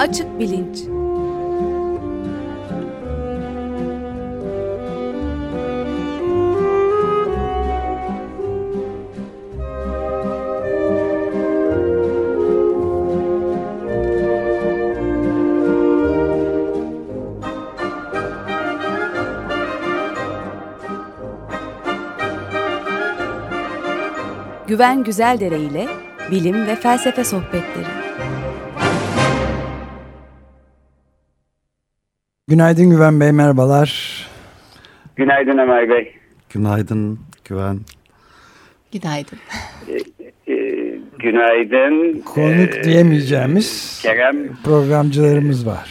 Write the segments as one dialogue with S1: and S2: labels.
S1: Açık Bilinç. Güven Güzeldere ile bilim ve felsefe sohbetleri.
S2: Günaydın Güven Bey, merhabalar.
S3: Günaydın Ömer Bey.
S4: Günaydın Güven.
S1: Günaydın.
S3: Günaydın.
S2: Konuk diyemeyeceğimiz
S3: Kerem
S2: programcılarımız var.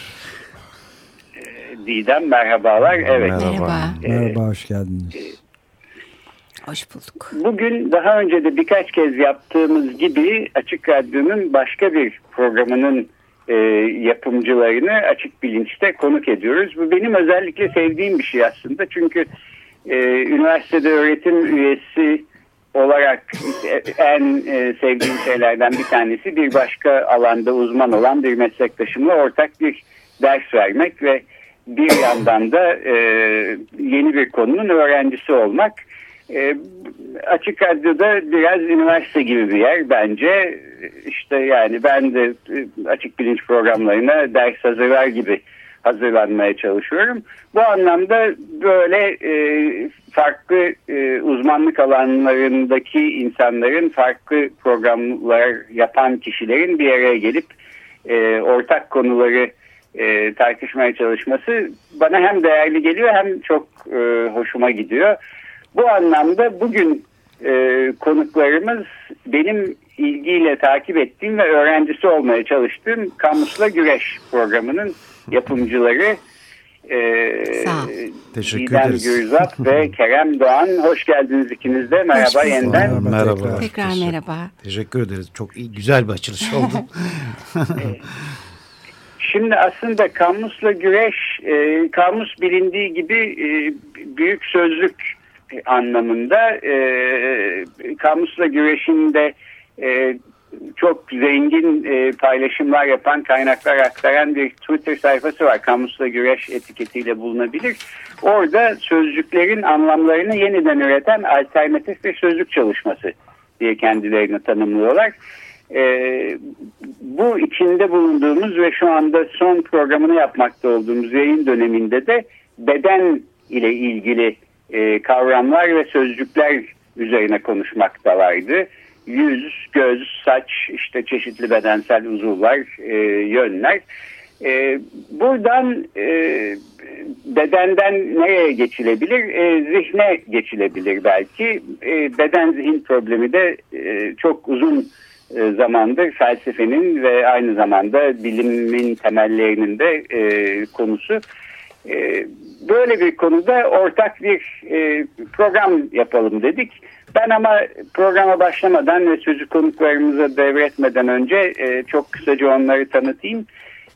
S3: Didem merhabalar. Evet.
S1: Merhaba.
S2: Merhaba, hoş geldiniz.
S1: Hoş bulduk.
S3: Bugün daha önce de birkaç kez yaptığımız gibi Açık Radyo'nun başka bir programının yapımcılarını Açık Bilinç'te konuk ediyoruz. Bu benim özellikle sevdiğim bir şey aslında. Çünkü üniversitede öğretim üyesi olarak en sevdiğim şeylerden bir tanesi bir başka alanda uzman olan bir meslektaşımla ortak bir ders vermek ve bir yandan da yeni bir konunun öğrencisi olmak. Açık Radyo'da biraz üniversite gibi bir yer bence. İşte yani ben de Açık Bilinç programlarına ders hazırlar gibi hazırlanmaya çalışıyorum. Bu anlamda böyle farklı uzmanlık alanlarındaki insanların, farklı programlar yapan kişilerin bir araya gelip ortak konuları tartışmaya çalışması bana hem değerli geliyor hem çok hoşuma gidiyor. Bu anlamda bugün konuklarımız benim ilgiyle takip ettiğim ve öğrencisi olmaya çalıştığım Kamusla Güreş programının yapımcıları
S4: Teşekkür
S3: Didem
S4: ederiz.
S3: Gürzap ve Kerem Doğan. Hoş geldiniz ikiniz de. Merhaba yeniden.
S4: Merhaba.
S1: Tekrar merhaba.
S4: Teşekkür ederiz. Çok iyi, güzel bir açılış oldu.
S3: Şimdi aslında Kamusla Güreş, kamus bilindiği gibi büyük sözlük anlamında. Kamusla Güreş'inde çok zengin paylaşımlar yapan, kaynaklar aktaran bir Twitter sayfası var. Kamusla Güreş etiketiyle bulunabilir. Orada sözcüklerin anlamlarını yeniden üreten alternatif bir sözlük çalışması diye kendilerini tanımlıyorlar. Bu içinde bulunduğumuz ve şu anda son programını yapmakta olduğumuz yayın döneminde de beden ile ilgili kavramlar ve sözcükler üzerine konuşmaktalardı. Yüz, göz, saç, işte çeşitli bedensel uzuvlar, yönler. Buradan bedenden nereye geçilebilir? Zihne geçilebilir belki. Beden zihin problemi de çok uzun zamandır felsefenin ve aynı zamanda bilimin temellerinin de konusu. Böyle bir konuda ortak bir program yapalım dedik. Ben ama programa başlamadan ve sözü konuklarımıza devretmeden önce çok kısaca onları tanıtayım.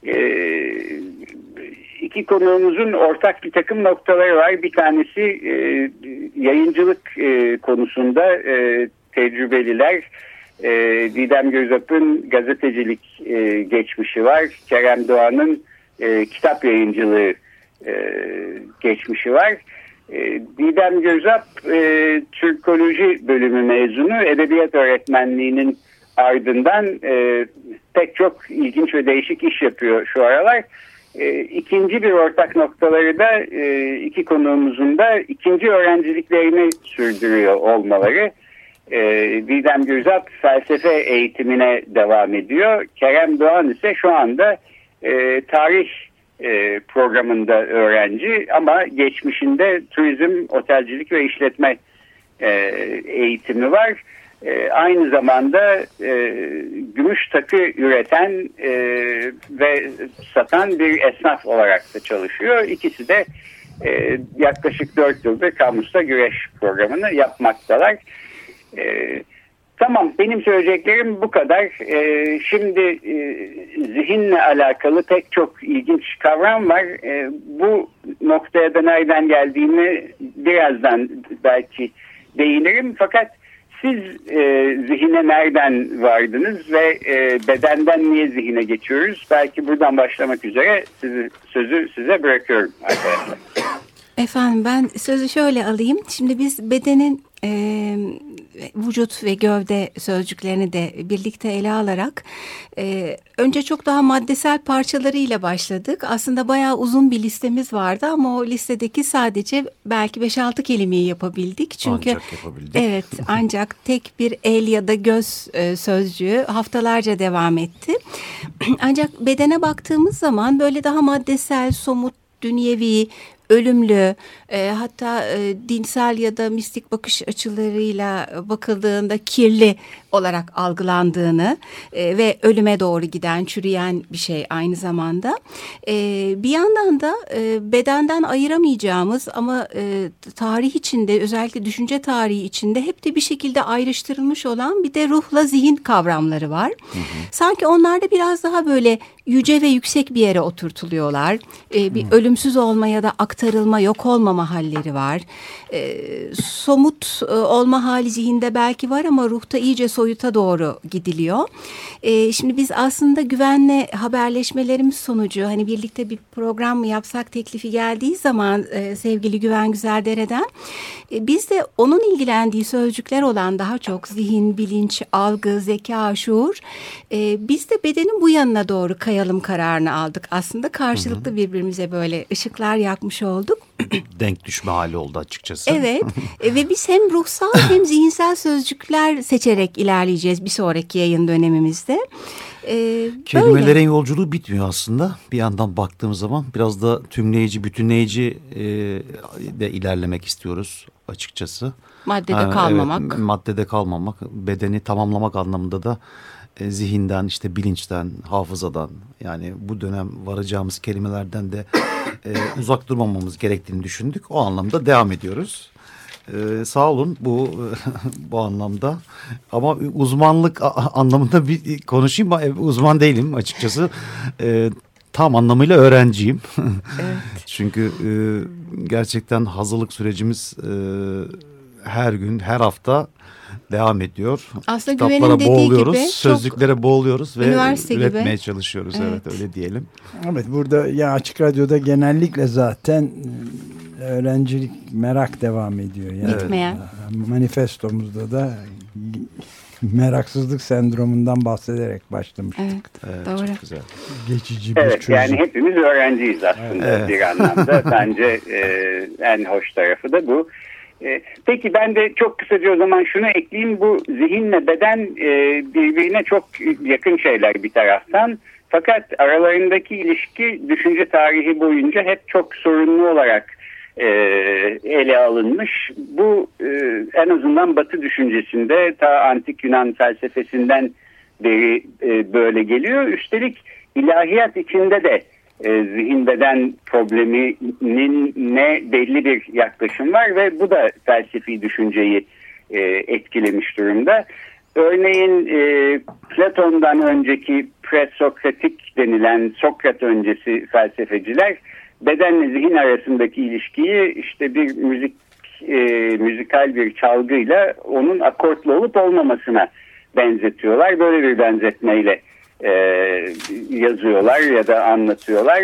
S3: İki konuğumuzun ortak bir takım noktaları var. Bir tanesi yayıncılık konusunda tecrübeliler. Didem Gürzap'ın gazetecilik geçmişi var. Kerem Doğan'ın kitap yayıncılığı geçmişi var. Didem Gürzap Türkoloji bölümü mezunu, edebiyat öğretmenliğinin ardından pek çok ilginç ve değişik iş yapıyor şu aralar. İkinci bir ortak noktaları da iki konuğumuzun da ikinci öğrenciliklerini sürdürüyor olmaları. Didem Gürzap felsefe eğitimine devam ediyor. Kerem Doğan ise şu anda tarih programında öğrenci ama geçmişinde turizm, otelcilik ve işletme eğitimi var. Aynı zamanda gümüş takı üreten ve satan bir esnaf olarak da çalışıyor. İkisi de yaklaşık 4 yıldır Kamusla Güreş programını yapmaktalar. Tamam, benim söyleyeceklerim bu kadar. Şimdi zihinle alakalı pek çok ilginç kavram var. Bu noktaya da nereden geldiğini birazdan belki değinirim. Fakat siz zihine nereden vardınız ve bedenden niye zihine geçiyoruz? Belki buradan başlamak üzere sözü size bırakıyorum arkadaşlar.
S1: Efendim ben sözü şöyle alayım. Şimdi biz bedenin vücut ve gövde sözcüklerini de birlikte ele alarak önce çok daha maddesel parçalarıyla başladık. Aslında bayağı uzun bir listemiz vardı ama o listedeki sadece belki 5-6 kelimeyi yapabildik. Çünkü
S4: ancak yapabildik.
S1: Evet, ancak tek bir el ya da göz sözcüğü haftalarca devam etti. Ancak bedene baktığımız zaman böyle daha maddesel, somut, dünyevi, ölümlü, hatta dinsel ya da mistik bakış açılarıyla bakıldığında kirli olarak algılandığını ve ölüme doğru giden, çürüyen bir şey aynı zamanda. Bir yandan da bedenden ayıramayacağımız ama tarih içinde, özellikle düşünce tarihi içinde hep de bir şekilde ayrıştırılmış olan bir de ruhla zihin kavramları var. Hı hı. Sanki onlar da biraz daha böyle yüce ve yüksek bir yere oturtuluyorlar. Bir ölümsüz olma ya da aktarılma, yok olmama halleri var. Somut olma hali zihinde belki var ama ruhta iyice soyuta doğru gidiliyor. Şimdi biz aslında güvenle haberleşmelerimiz sonucu hani birlikte bir program mı yapsak teklifi geldiği zaman sevgili Güven Güzeldere'den biz de onun ilgilendiği sözcükler olan daha çok zihin, bilinç, algı, zeka, şuur, biz de bedenin bu yanına doğru kayalım kararını aldık. Aslında karşılıklı birbirimize böyle ışıklar yakmış olduk.
S4: Denk düşme hali oldu açıkçası.
S1: Evet ve biz hem ruhsal hem zihinsel sözcükler seçerek ilerleyeceğiz bir sonraki yayın dönemimizde.
S4: Kelimelerin
S1: böyle
S4: yolculuğu bitmiyor aslında. Bir yandan baktığımız zaman biraz da tümleyici, bütünleyici de ilerlemek istiyoruz açıkçası.
S1: Maddede kalmamak.
S4: Evet, maddede kalmamak, bedeni tamamlamak anlamında da zihinden, işte bilinçten, hafızadan, yani bu dönem varacağımız kelimelerden de uzak durmamamız gerektiğini düşündük. O anlamda devam ediyoruz. Sağ olun bu anlamda. Ama uzmanlık anlamında bir konuşayım. Uzman değilim açıkçası. Tam anlamıyla öğrenciyim. Evet. Çünkü gerçekten hazırlık sürecimiz her gün, her hafta devam ediyor.
S1: Aslında
S4: kitaplara boğuluyoruz,
S1: gibi,
S4: sözlüklere boğuluyoruz ve üretmeye
S1: gibi
S4: çalışıyoruz. Evet, öyle diyelim.
S2: Evet, burada ya Açık Radyo'da genellikle zaten öğrencilik, merak devam ediyor. Yani
S1: bitmeyen.
S2: Manifestomuzda da meraksızlık sendromundan bahsederek başlamıştık.
S1: Evet, doğru.
S4: Çok güzel.
S2: Geçici bir çözüm.
S3: Yani hepimiz öğrenciyiz aslında bir anlamda. Bence en hoş tarafı da bu. Peki ben de çok kısaca o zaman şunu ekleyeyim. Bu zihinle beden birbirine çok yakın şeyler bir taraftan. Fakat aralarındaki ilişki düşünce tarihi boyunca hep çok sorunlu olarak ele alınmış. Bu en azından Batı düşüncesinde ta antik Yunan felsefesinden beri böyle geliyor. Üstelik ilahiyat içinde de zihin beden probleminin belli bir yaklaşım var ve bu da felsefi düşünceyi etkilemiş durumda. Örneğin Platon'dan önceki presokratik denilen Sokrat öncesi felsefeciler bedenle zihin arasındaki ilişkiyi işte bir müzikal bir çalgıyla onun akortlu olup olmamasına benzetiyorlar. Böyle bir benzetmeyle yazıyorlar ya da anlatıyorlar.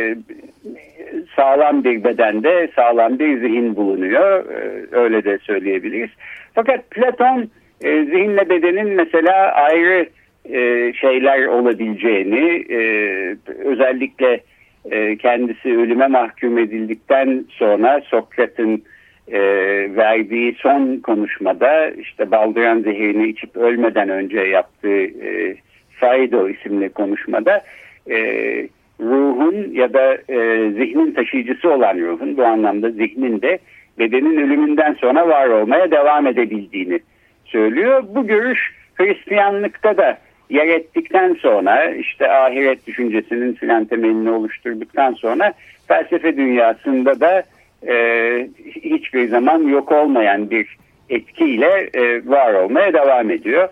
S3: Sağlam bir bedende sağlam bir zihin bulunuyor. Öyle de söyleyebiliriz. Fakat Platon zihinle bedenin mesela ayrı şeyler olabileceğini, özellikle kendisi ölüme mahkum edildikten sonra Sokrat'ın verdiği son konuşmada işte baldıran zehirini içip ölmeden önce yaptığı Phaedo isimli konuşmada ruhun ya da zihnin taşıyıcısı olan ruhun, bu anlamda zihnin de bedenin ölümünden sonra var olmaya devam edebildiğini söylüyor. Bu görüş Hristiyanlıkta da yer ettikten sonra, işte ahiret düşüncesinin filan temelini oluşturduktan sonra felsefe dünyasında da hiçbir zaman yok olmayan bir etkiyle var olmaya devam ediyor.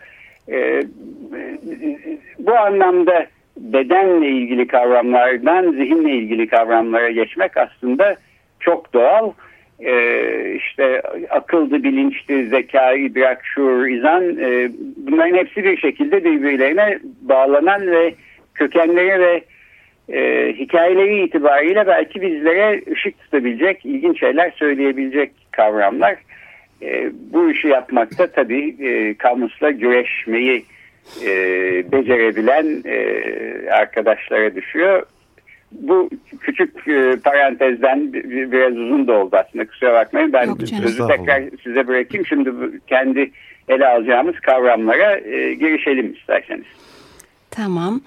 S3: Bu anlamda bedenle ilgili kavramlardan zihinle ilgili kavramlara geçmek aslında çok doğal. işte akıldı, bilinçti, zeka, idrak, şuur, izan, bunların hepsi bir şekilde birbirlerine bağlanan ve kökenleri ve hikayeleri itibariyle belki bizlere ışık tutabilecek, ilginç şeyler söyleyebilecek kavramlar. Bu işi yapmakta tabii kamusla güreşmeyi becerebilen arkadaşlara düşüyor. Bu küçük parantezden biraz uzun da oldu aslında, kusura bakmayın. Ben sözü tekrar size bırakayım. Şimdi kendi ele alacağımız kavramlara girişelim isterseniz.
S1: Tamam.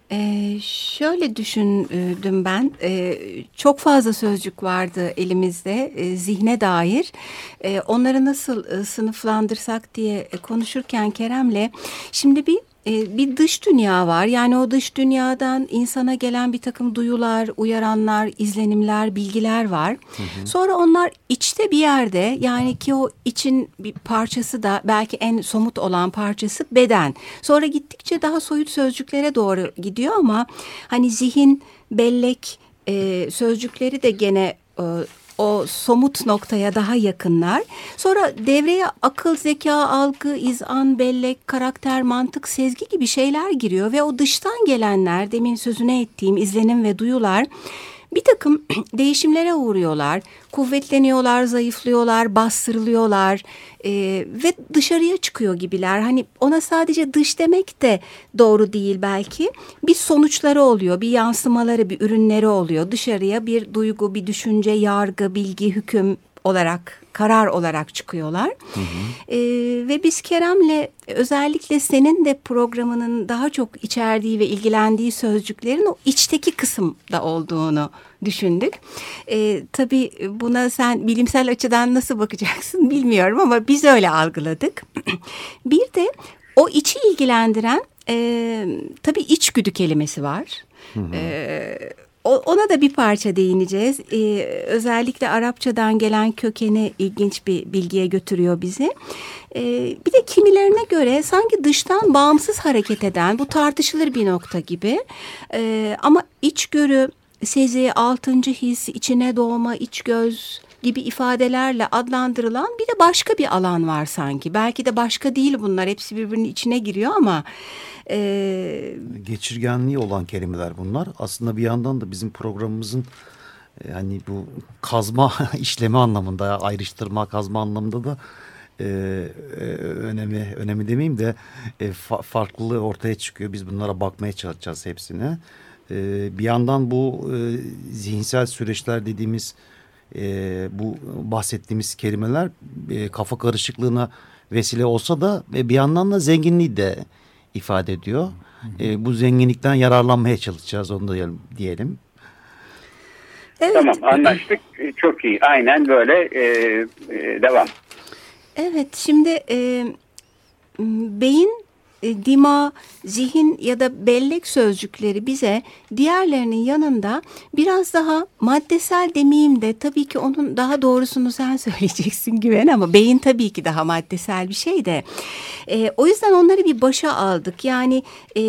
S1: Şöyle düşündüm ben. Çok fazla sözcük vardı elimizde zihne dair. Onları nasıl sınıflandırsak diye konuşurken Kerem'le şimdi bir dış dünya var. Yani o dış dünyadan insana gelen bir takım duyular, uyaranlar, izlenimler, bilgiler var. Hı hı. Sonra onlar içte bir yerde, yani ki o için bir parçası da belki en somut olan parçası beden. Sonra gittikçe daha soyut sözcüklere doğru gidiyor ama hani zihin, bellek sözcükleri de gene o somut noktaya daha yakınlar. Sonra devreye akıl, zeka, algı, izan, bellek, karakter, mantık, sezgi gibi şeyler giriyor ve o dıştan gelenler, demin sözüne ettiğim izlenim ve duyular bir takım değişimlere uğruyorlar, kuvvetleniyorlar, zayıflıyorlar, bastırılıyorlar ve dışarıya çıkıyor gibiler. Hani ona sadece dış demek de doğru değil belki. Bir sonuçları oluyor, bir yansımaları, bir ürünleri oluyor. Dışarıya bir duygu, bir düşünce, yargı, bilgi, hüküm olarak, karar olarak çıkıyorlar. Hı hı. Ve biz Kerem'le özellikle senin de programının daha çok içerdiği ve ilgilendiği sözcüklerin o içteki kısımda olduğunu düşündük. Tabii buna sen bilimsel açıdan nasıl bakacaksın bilmiyorum ama biz öyle algıladık. Bir de o içi ilgilendiren tabii içgüdü kelimesi var. Hı hı. Ona da bir parça değineceğiz. Özellikle Arapçadan gelen kökeni ilginç bir bilgiye götürüyor bizi. Bir de kimilerine göre sanki dıştan bağımsız hareket eden, bu tartışılır bir nokta gibi. Ama içgörü, sezi, altıncı his, içine doğma, içgöz gibi ifadelerle adlandırılan bir de başka bir alan var sanki. Belki de başka değil bunlar. Hepsi birbirinin içine giriyor ama...
S4: Geçirgenliği olan kelimeler bunlar. Aslında bir yandan da bizim programımızın hani bu kazma işlemi anlamında, ayrıştırma, kazma anlamında da önemi demeyeyim de farklılığı ortaya çıkıyor. Biz bunlara bakmaya çalışacağız hepsine. Bir yandan bu zihinsel süreçler dediğimiz bu bahsettiğimiz kelimeler kafa karışıklığına vesile olsa da bir yandan da zenginliği de ifade ediyor. Bu zenginlikten yararlanmaya çalışacağız, onu da diyelim.
S3: Evet. Tamam, anlaştık. Çok iyi. Aynen böyle devam.
S1: Evet, şimdi beyin, dima, zihin ya da bellek sözcükleri bize diğerlerinin yanında biraz daha maddesel demeyeyim de tabii ki onun daha doğrusunu sen söyleyeceksin Güven, ama beyin tabii ki daha maddesel bir şey de. O yüzden onları bir başa aldık. Yani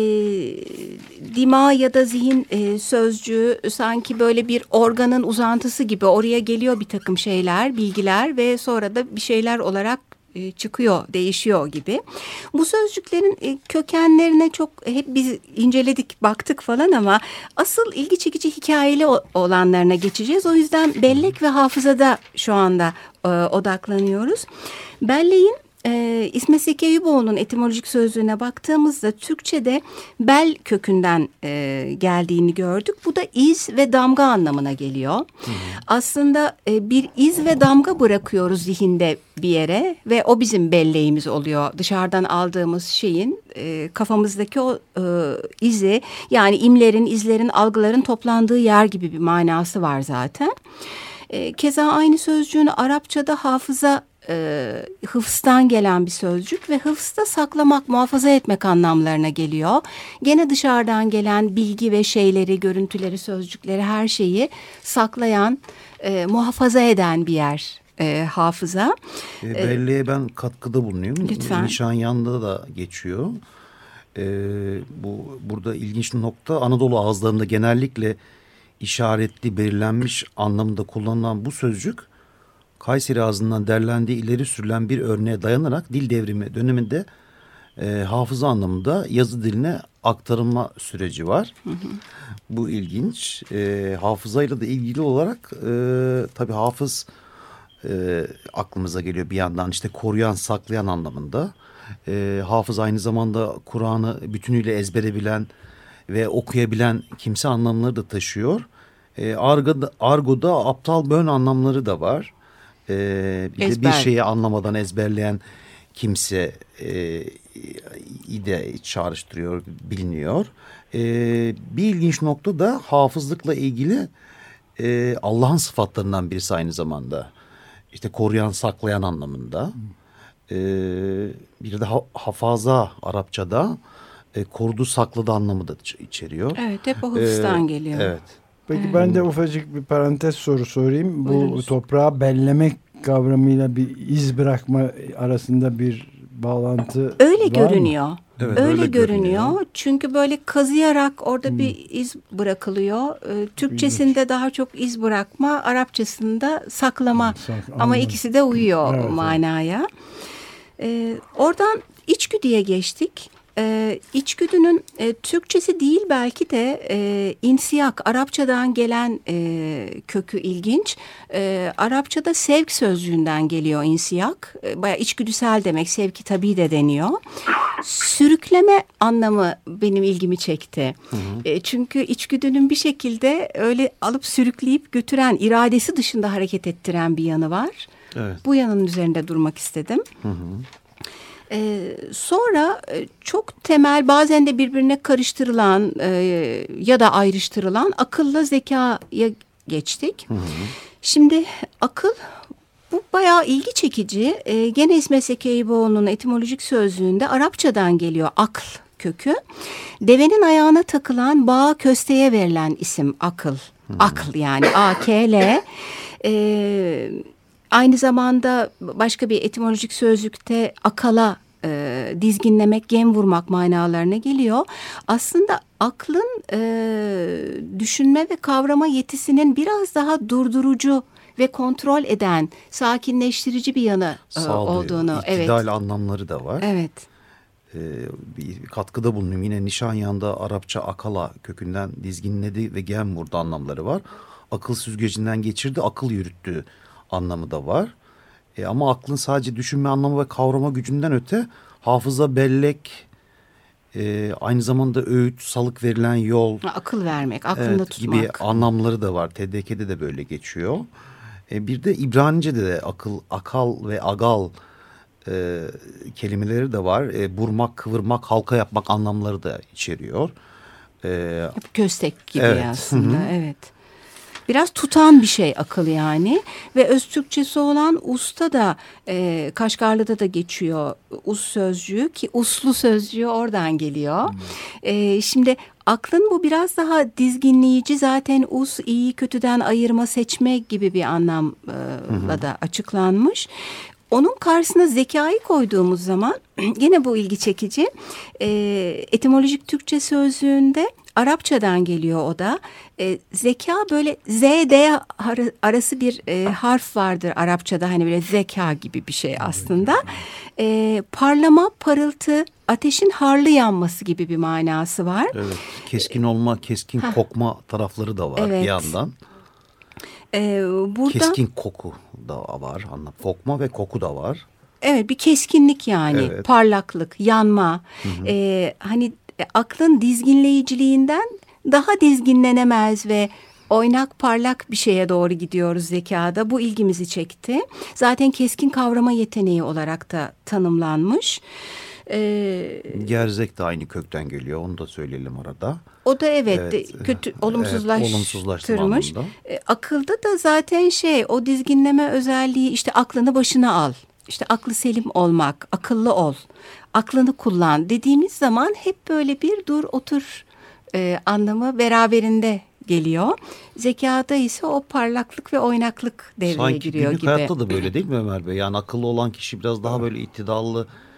S1: dima ya da zihin sözcüğü sanki böyle bir organın uzantısı gibi oraya geliyor bir takım şeyler, bilgiler ve sonra da bir şeyler olarak çıkıyor, değişiyor gibi. Bu sözcüklerin kökenlerine çok hep biz inceledik, baktık falan ama asıl ilgi çekici hikayeli olanlarına geçeceğiz. O yüzden bellek ve hafızada şu anda odaklanıyoruz. Belleğin İsmet Zeki Eyüboğlu'nun etimolojik sözlüğüne baktığımızda Türkçe'de bel kökünden geldiğini gördük. Bu da iz ve damga anlamına geliyor. Hı. Aslında bir iz ve damga bırakıyoruz zihinde bir yere ve o bizim belleğimiz oluyor. Dışarıdan aldığımız şeyin kafamızdaki o izi, yani imlerin, izlerin, algıların toplandığı yer gibi bir manası var zaten. Keza aynı sözcüğün Arapçada hafıza, hıfzdan gelen bir sözcük ve hıfzda saklamak, muhafaza etmek anlamlarına geliyor. Gene dışarıdan gelen bilgi ve şeyleri, görüntüleri, sözcükleri, her şeyi saklayan, muhafaza eden bir yer hafıza.
S4: Belleğe ben katkıda bulunayım.
S1: Lütfen.
S4: Nişanyan'da da geçiyor. Burada ilginç nokta, Anadolu ağızlarında genellikle işaretli, belirlenmiş anlamında kullanılan bu sözcük Kayseri ağzından derlendiği ileri sürülen bir örneğe dayanarak dil devrimi döneminde hafıza anlamında yazı diline aktarılma süreci var. Bu ilginç. Hafızayla da ilgili olarak tabii hafız aklımıza geliyor bir yandan, işte koruyan, saklayan anlamında. Hafız aynı zamanda Kur'an'ı bütünüyle ezbere bilen ve okuyabilen kimse anlamları da taşıyor. Argo'da aptal bön anlamları da var. Bir şeyi anlamadan ezberleyen kimse de çağrıştırıyor, biliniyor. Bir ilginç nokta da hafızlıkla ilgili Allah'ın sıfatlarından birisi aynı zamanda. İşte koruyan, saklayan anlamında. Bir de hafaza Arapçada korudu, sakladı anlamı da içeriyor.
S1: Evet, hep o hıfzdan geliyor.
S4: Evet.
S2: Peki ben de ufacık bir parantez soru sorayım.
S1: Buyurunuz.
S2: Bu toprağı bellemek kavramıyla bir iz bırakma arasında bir bağlantı
S1: öyle
S2: var
S1: görünüyor.
S2: mı?
S4: Evet,
S1: öyle görünüyor. Çünkü böyle kazıyarak orada bir iz bırakılıyor. Türkçesinde daha çok iz bırakma, Arapçasında saklama. Ama
S2: Anladım.
S1: ikisi de uyuyor
S2: Evet,
S1: manaya. Oradan içgüdüye geçtik. İçgüdünün Türkçesi değil belki de insiyak, Arapçadan gelen kökü ilginç. Arapçada sevk sözcüğünden geliyor insiyak. Bayağı içgüdüsel demek, sevki tabii de deniyor. Sürükleme anlamı benim ilgimi çekti. Çünkü içgüdünün bir şekilde öyle alıp sürükleyip götüren, iradesi dışında hareket ettiren bir yanı var.
S4: Evet.
S1: Bu yanın üzerinde durmak istedim. Sonra çok temel, bazen de birbirine karıştırılan ya da ayrıştırılan akılla zekaya geçtik. Şimdi akıl, bu bayağı ilgi çekici. Gene İsmet Sekeyboğlu'nun etimolojik sözlüğünde Arapçadan geliyor akl kökü. Devenin ayağına takılan bağa kösteğe verilen isim akıl. Akl yani A-K-L. Aynı zamanda başka bir etimolojik sözlükte akala dizginlemek, gem vurmak manalarına geliyor. Aslında aklın düşünme ve kavrama yetisinin biraz daha durdurucu ve kontrol eden, sakinleştirici bir yanı olduğunu.
S4: İktidal anlamları da var.
S1: Evet.
S4: Bir katkıda bulunayım. Yine Nişanyan'da Arapça akala kökünden dizginledi ve gem vurdu anlamları var. Akıl süzgecinden geçirdi, akıl yürüttü anlamı da var. Ama aklın sadece düşünme anlamı ve kavrama gücünden öte hafıza, bellek, aynı zamanda öğüt, salık verilen yol.
S1: Akıl vermek, aklında tutmak.
S4: Gibi anlamları da var. TDK'de de böyle geçiyor. Bir de İbranice'de de akıl, akal ve agal kelimeleri de var. Burmak, kıvırmak, halka yapmak anlamları da içeriyor.
S1: Köstek gibi
S4: evet.
S1: aslında. Evet. Biraz tutan bir şey akıl yani. Ve öz Türkçesi olan usta da Kaşgarlı'da da geçiyor us sözcüğü, ki uslu sözcüğü oradan geliyor. Şimdi aklın bu biraz daha dizginleyici, zaten us, iyi kötüden ayırma, seçme gibi bir anlamla da açıklanmış. Onun karşısına zekayı koyduğumuz zaman yine bu ilgi çekici. Etimolojik Türkçe sözlüğünde Arapçadan geliyor o da. Zeka böyle Z-D arası bir harf vardır Arapçada, hani böyle zeka gibi bir şey aslında. Parlama, parıltı, ateşin harlı yanması gibi bir manası var.
S4: Evet, keskin olma, keskin kokma tarafları da var bir yandan.
S1: Burada,
S4: keskin koku da var. Kokma ve koku da var.
S1: Evet, bir keskinlik yani,
S4: evet.
S1: Parlaklık, yanma. Hani aklın dizginleyiciliğinden daha dizginlenemez ve oynak, parlak bir şeye doğru gidiyoruz zekada. Bu ilgimizi çekti. Zaten keskin kavrama yeteneği olarak da tanımlanmış.
S4: Gerzek de aynı kökten geliyor. Onu da söyleyelim arada.
S1: O da kötü, olumsuzlaştırmış. Akılda da zaten o dizginleme özelliği, işte aklını başına al. İşte aklı selim olmak, akıllı ol, aklını kullan dediğimiz zaman hep böyle bir dur otur anlamı beraberinde geliyor. Zekada ise o parlaklık ve oynaklık devreye giriyor gibi.
S4: Sanki günlük hayatta da böyle değil mi Ömer Bey? Yani akıllı olan kişi biraz daha böyle iktidallı,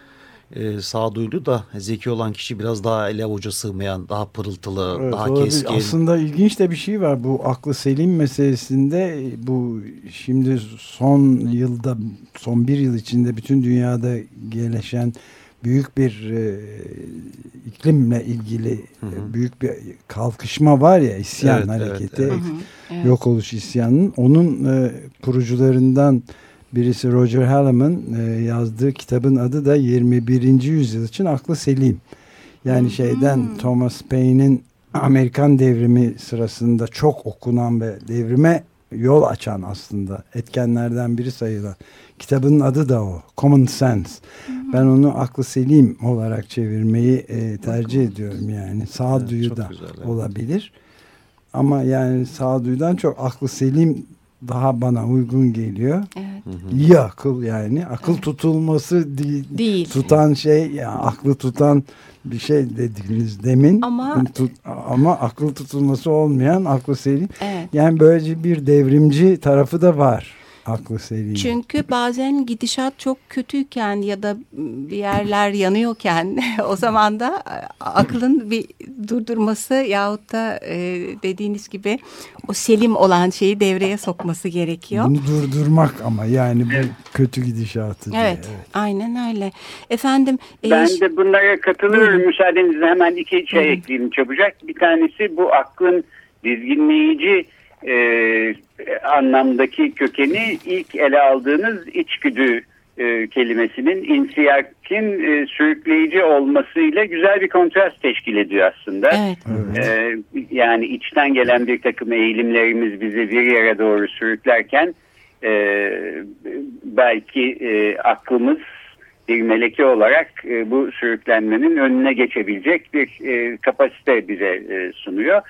S4: sağduyulu da zeki olan kişi biraz daha ele avuca sığmayan, daha pırıltılı,
S2: Evet,
S4: daha
S2: olabilir.
S4: keskin.
S2: Aslında ilginç de bir şey var bu aklı selim meselesinde. Bu şimdi son bir yıl içinde bütün dünyada gelişen büyük bir iklimle ilgili büyük bir kalkışma var ya, isyan hareketi,
S1: Evet.
S2: yok oluş isyanının. Onun kurucularından birisi Roger Hallam'ın yazdığı kitabın adı da 21. yüzyıl için aklı selim. Yani Thomas Paine'in Amerikan devrimi sırasında çok okunan ve devrime yol açan aslında etkenlerden biri sayılan kitabın adı da o. Common Sense. Ben onu aklı selim olarak çevirmeyi tercih ediyorum yani. Sağduyu da olabilir. Ama yani sağduyudan çok aklı selim daha bana uygun geliyor.
S1: Evet.
S2: İyi akıl yani. Akıl tutulması değil. Tutan aklı tutan bir şey dediniz demin. Ama akıl tutulması olmayan aklı selim. Evet. Yani böylece bir devrimci tarafı da var aklı selim.
S1: Çünkü bazen gidişat çok kötüyken ya da bir yerler yanıyorken o zaman da aklın bir durdurması yahut da dediğiniz gibi o selim olan şeyi devreye sokması gerekiyor.
S2: Bunu durdurmak ama yani bu kötü gidişatı.
S1: Evet, aynen öyle. Efendim.
S3: Ben de bunlara katılıyorum. Müsaadenizle hemen iki şey ekleyeyim çabucak. Bir tanesi bu aklın dizginleyici anlamdaki kökeni ilk ele aldığınız içgüdü kelimesinin insiyakin sürükleyici olmasıyla güzel bir kontrast teşkil ediyor aslında. Evet. Yani içten gelen bir takım eğilimlerimiz bizi bir yere doğru sürüklerken belki aklımız bir meleke olarak bu sürüklenmenin önüne geçebilecek bir kapasite bize sunuyor.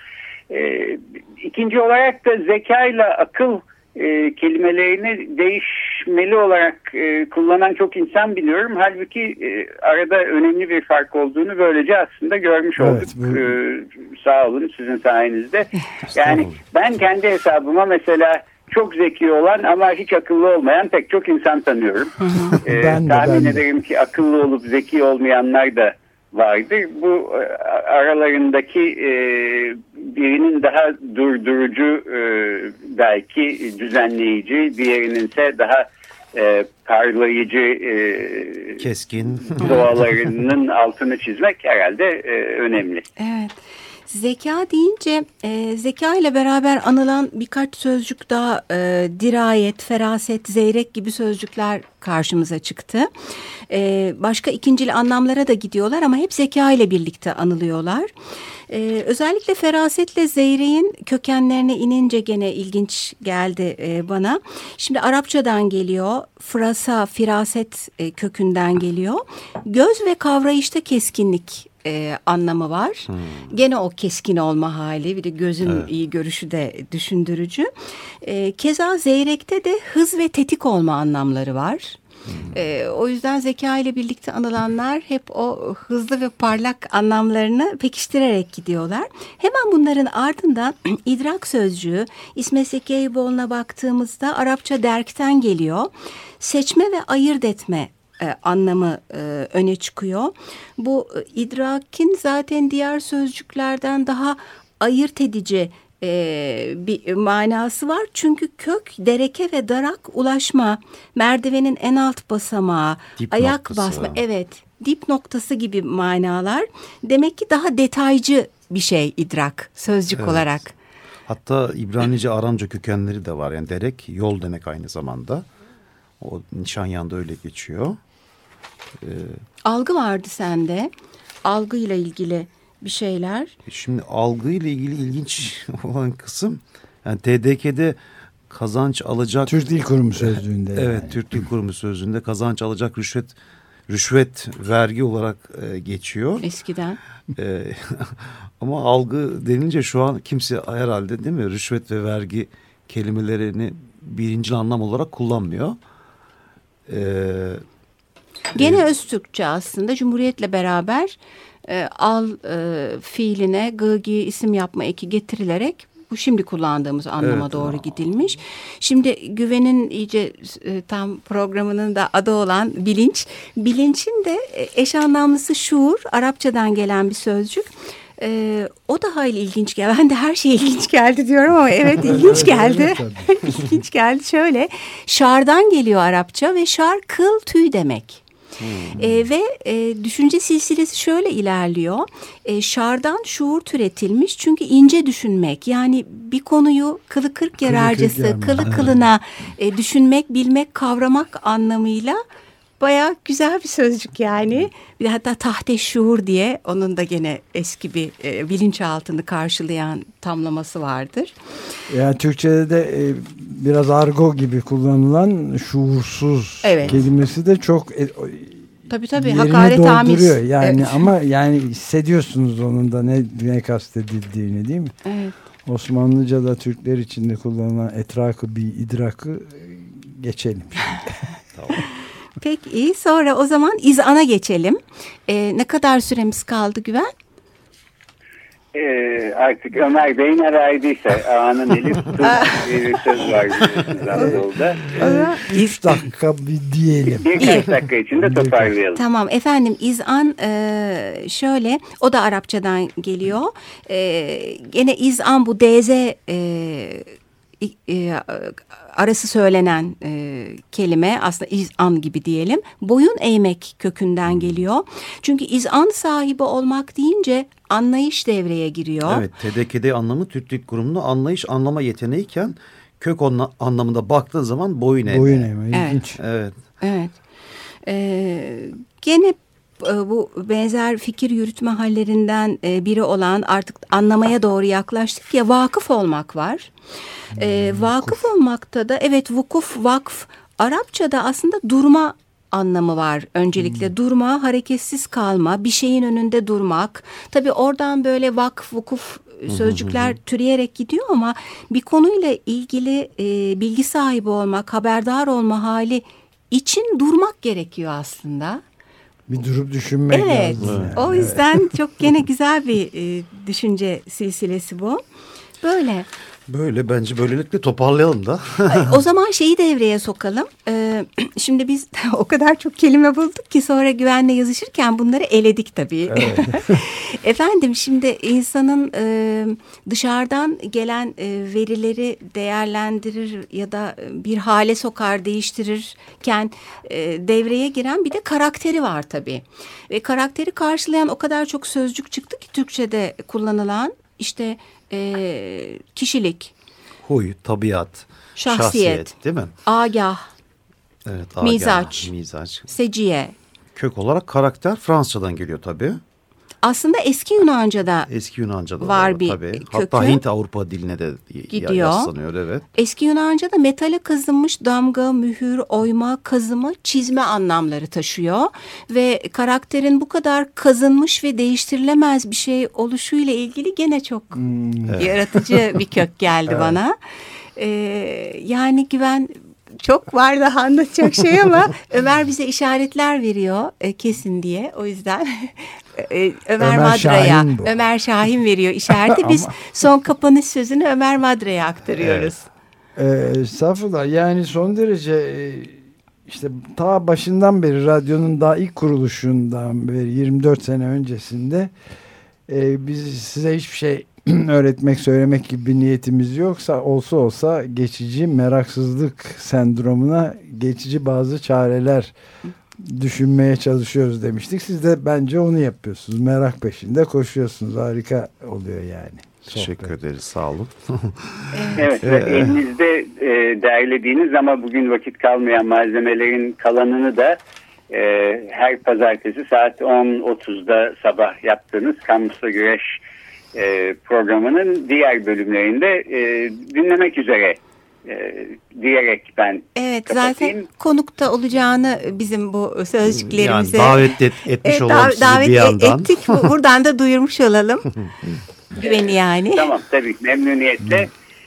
S3: İkinci olarak da zeka ile akıl kelimelerini değişmeli olarak kullanan çok insan biliyorum. Halbuki arada önemli bir fark olduğunu böylece aslında görmüş olduk. Sağ olun, sizin sayenizde. Yani ben kendi hesabıma mesela çok zeki olan ama hiç akıllı olmayan pek çok insan tanıyorum. Tahmin ederim ki akıllı olup zeki olmayanlar da vardır. Bu aralarındaki birinin daha durdurucu, belki düzenleyici, diğerinin ise daha parlayıcı,
S4: keskin
S3: doğalarının altını çizmek herhalde önemli.
S1: Evet. Zeka deyince zeka ile beraber anılan birkaç sözcük daha dirayet, feraset, zeyrek gibi sözcükler karşımıza çıktı. Başka ikincil anlamlara da gidiyorlar ama hep zeka ile birlikte anılıyorlar. Özellikle ferasetle zeyreğin kökenlerine inince gene ilginç geldi bana. Şimdi Arapçadan geliyor, frasa, firaset kökünden geliyor. Göz ve kavrayışta keskinlik anlamı var. Gene o keskin olma hali, bir de gözün iyi görüşü de düşündürücü. Keza zeyrekte de hız ve tetik olma anlamları var. O yüzden zeka ile birlikte anılanlar hep o hızlı ve parlak anlamlarını pekiştirerek gidiyorlar. Hemen bunların ardından idrak sözcüğü İsmet Zeki Eyüboğlu'na baktığımızda Arapça derkten geliyor. Seçme ve ayırt etme anlamı öne çıkıyor. Bu idrakin zaten diğer sözcüklerden daha ayırt edici bir manası var. Çünkü kök, dereke ve darak ulaşma, merdivenin en alt basamağı,
S4: dip
S1: ayak
S4: noktası.
S1: basma, evet, dip noktası gibi manalar. Demek ki daha detaycı bir şey idrak sözcük olarak.
S4: Hatta İbranice, Aramca kökenleri de var. Yani derek yol demek aynı zamanda. O Nişanyan'da öyle geçiyor.
S1: Algı vardı sende. Algıyla ilgili bir şeyler.
S4: Şimdi algıyla ilgili ilginç olan kısım, yani TDK'de kazanç alacak...
S2: Türk Dil Kurumu sözlüğünde.
S4: Evet, yani. Türk Dil Kurumu sözlüğünde kazanç alacak rüşvet vergi olarak geçiyor.
S1: Eskiden.
S4: Ama algı denince şu an kimse herhalde, değil mi, rüşvet ve vergi kelimelerini birinci anlam olarak kullanmıyor.
S1: Gene Öztürkçe aslında Cumhuriyet'le beraber al fiiline gıgi isim yapma eki getirilerek Bu şimdi kullandığımız anlama
S4: Evet.
S1: doğru gidilmiş. Şimdi güvenin iyice tam programının da adı olan bilinç. Bilincin de eş anlamlısı şuur. Arapçadan gelen bir sözcük. O da hayli ilginç geldi. Ben de her şey ilginç geldi diyorum ama evet ilginç geldi. İlginç geldi. Şöyle, şardan geliyor Arapça ve şar kıl tüy demek. Ve düşünce silsilesi şöyle ilerliyor. Şardan şuur türetilmiş çünkü ince düşünmek, yani bir konuyu kılı kırk yararcası, kılı kılına düşünmek, bilmek, kavramak anlamıyla bayağı güzel bir sözcük yani. Bir de hatta tahte şuur diye onun da gene eski bir bilinçaltını karşılayan tamlaması vardır.
S2: Yani Türkçe'de de biraz argo gibi kullanılan şuursuz kelimesi de çok
S1: tabii hakaretamiz.
S2: yani ama yani hissediyorsunuz onun da ne kastedildiğini, değil mi?
S1: Evet.
S2: Osmanlıca'da Türkler içinde kullanılan etrakı bir idrakı geçelim.
S4: Tamam.
S1: Peki, sonra o zaman izana geçelim. Ne kadar süremiz kaldı Güven?
S3: Artık Ömer Bey ne verdiyse ağanın eli tutun diye bir söz var biliyorsunuz Anadolu'da.
S2: 3 dakika bir diyelim.
S3: Birkaç dakika içinde toparlayalım.
S1: Tamam efendim, izan şöyle, o da Arapçadan geliyor. Gene izan bu DZ arası söylenen kelime, aslında izan gibi diyelim. Boyun eğmek kökünden geliyor. Çünkü izan sahibi olmak deyince anlayış devreye giriyor.
S4: Evet, TDK'de anlamı Türk Dil Kurumu'nda anlayış, anlama yeteneğiyken kök anlamında baktığın zaman boyun eğme.
S2: Boyun eğme, ilginç.
S4: Evet.
S1: Evet. Gene bu benzer fikir yürütme hallerinden biri olan, artık anlamaya doğru yaklaştık ya, vakıf olmak var. Vakıf olmakta da evet, vukuf, vakf, Arapçada aslında durma anlamı var. Öncelikle durma, hareketsiz kalma, bir şeyin önünde durmak. Tabii oradan böyle vakf, vukuf sözcükler türeyerek gidiyor ama bir konuyla ilgili bilgi sahibi olmak, haberdar olma hali için durmak gerekiyor aslında.
S2: Bir durup düşünmek lazım.
S1: Evet. O yüzden çok gene güzel bir düşünce silsilesi bu. Böyle.
S4: Böyle, bence böylelikle toparlayalım da.
S1: O zaman şeyi devreye sokalım. Şimdi biz o kadar çok kelime bulduk ki sonra Güven'le yazışırken bunları eledik tabii. Evet. Efendim, şimdi insanın dışarıdan gelen verileri değerlendirir ya da bir hale sokar, değiştirirken devreye giren bir de karakteri var tabii. Ve karakteri karşılayan o kadar çok sözcük çıktı ki Türkçe'de kullanılan, işte kişilik,
S4: huy, tabiat, şahsiyet değil mi?
S1: agah,
S4: Evet, mizaç,
S1: seciye.
S4: Kök olarak karakter Fransızcadan geliyor tabii.
S1: Aslında eski Yunanca'da
S4: var bir tabii.
S1: kökü.
S4: Hatta Hint Avrupa diline de
S1: gidiyor.
S4: yaslanıyor, evet.
S1: Eski Yunanca'da metale kazınmış damga, mühür, oyma, kazıma, çizme anlamları taşıyor. Ve karakterin bu kadar kazınmış ve değiştirilemez bir şey oluşuyla ilgili gene çok yaratıcı bir kök geldi bana. Yani Güven, çok var daha anlatacak şey ama Ömer bize işaretler veriyor kesin diye. O yüzden Ömer Madra'ya, Ömer Şahin veriyor işareti. Biz son kapanış sözünü Ömer Madra'ya aktarıyoruz.
S2: Estağfurullah. Yani son derece işte ta başından beri, radyonun daha ilk kuruluşundan beri 24 sene öncesinde biz size hiçbir şey öğretmek, söylemek gibi bir niyetimiz yoksa, olsa geçici meraksızlık sendromuna geçici bazı çareler düşünmeye çalışıyoruz demiştik. Siz de bence onu yapıyorsunuz. Merak peşinde koşuyorsunuz. Harika oluyor yani.
S4: Teşekkür ederiz. Sağ olun.
S3: Evet. Elinizde derlediğiniz ama bugün vakit kalmayan malzemelerin kalanını da her pazartesi saat 10.30'da sabah yaptığınız Kamusla Güreş programının diğer bölümlerinde dinlemek üzere diyerek ben kapatayım.
S1: Zaten konukta olacağını bizim bu sözcüklerimize
S4: yani davet etmiş olalım sizi bir yandan.
S1: Ettik. Buradan da duyurmuş olalım. Güveni yani.
S3: Tamam, tabii, memnuniyetle.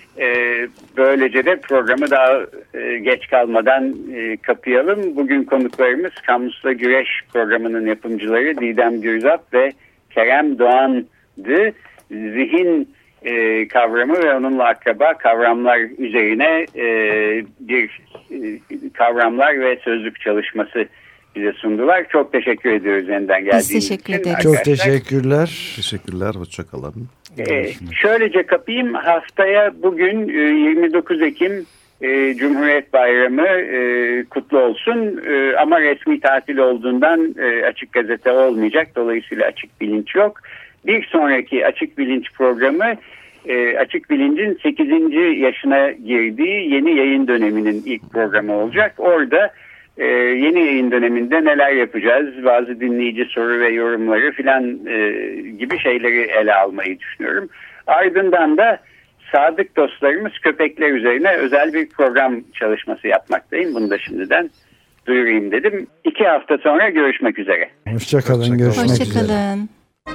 S3: Böylece de programı daha geç kalmadan kapayalım. Bugün konuklarımız Kamusla Güreş programının yapımcıları Didem Gürzap ve Kerem Doğan'dı. Zihin kavramı ve onunla akraba kavramlar üzerine bir kavramlar ve sözlük çalışması bize sundular. Çok teşekkür ediyoruz yeniden geldiğiniz için.
S1: Biz teşekkür ederiz.
S2: Çok teşekkürler.
S4: Teşekkürler, hoşçakalın.
S3: Şöylece kapayım. Haftaya bugün 29 Ekim Cumhuriyet Bayramı kutlu olsun. Ama resmi tatil olduğundan Açık Gazete olmayacak. Dolayısıyla Açık Bilinç yok. Bir sonraki Açık Bilinç programı Açık Bilinç'in 8. yaşına girdiği yeni yayın döneminin ilk programı olacak. Orada yeni yayın döneminde neler yapacağız, bazı dinleyici soru ve yorumları filan gibi şeyleri ele almayı düşünüyorum. Ardından da sadık dostlarımız köpekler üzerine özel bir program çalışması yapmaktayım. Bunu da şimdiden duyurayım dedim. 2 hafta sonra görüşmek üzere.
S2: Hoşçakalın, görüşmek üzere.
S1: Hoşçakalın.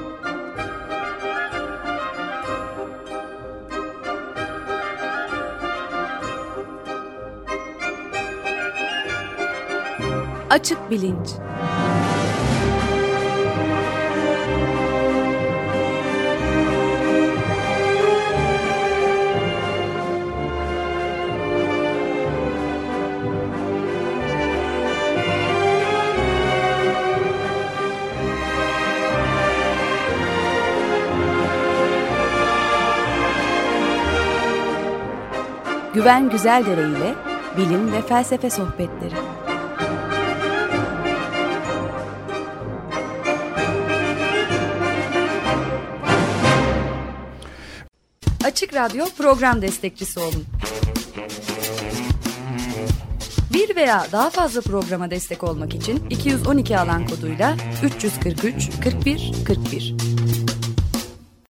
S5: Açık Bilinç. Güven Güzeldere ile bilim ve felsefe sohbetleri. Açık Radyo program destekçisi olun. Bir veya daha fazla programa destek olmak için 212 alan koduyla 343 41 41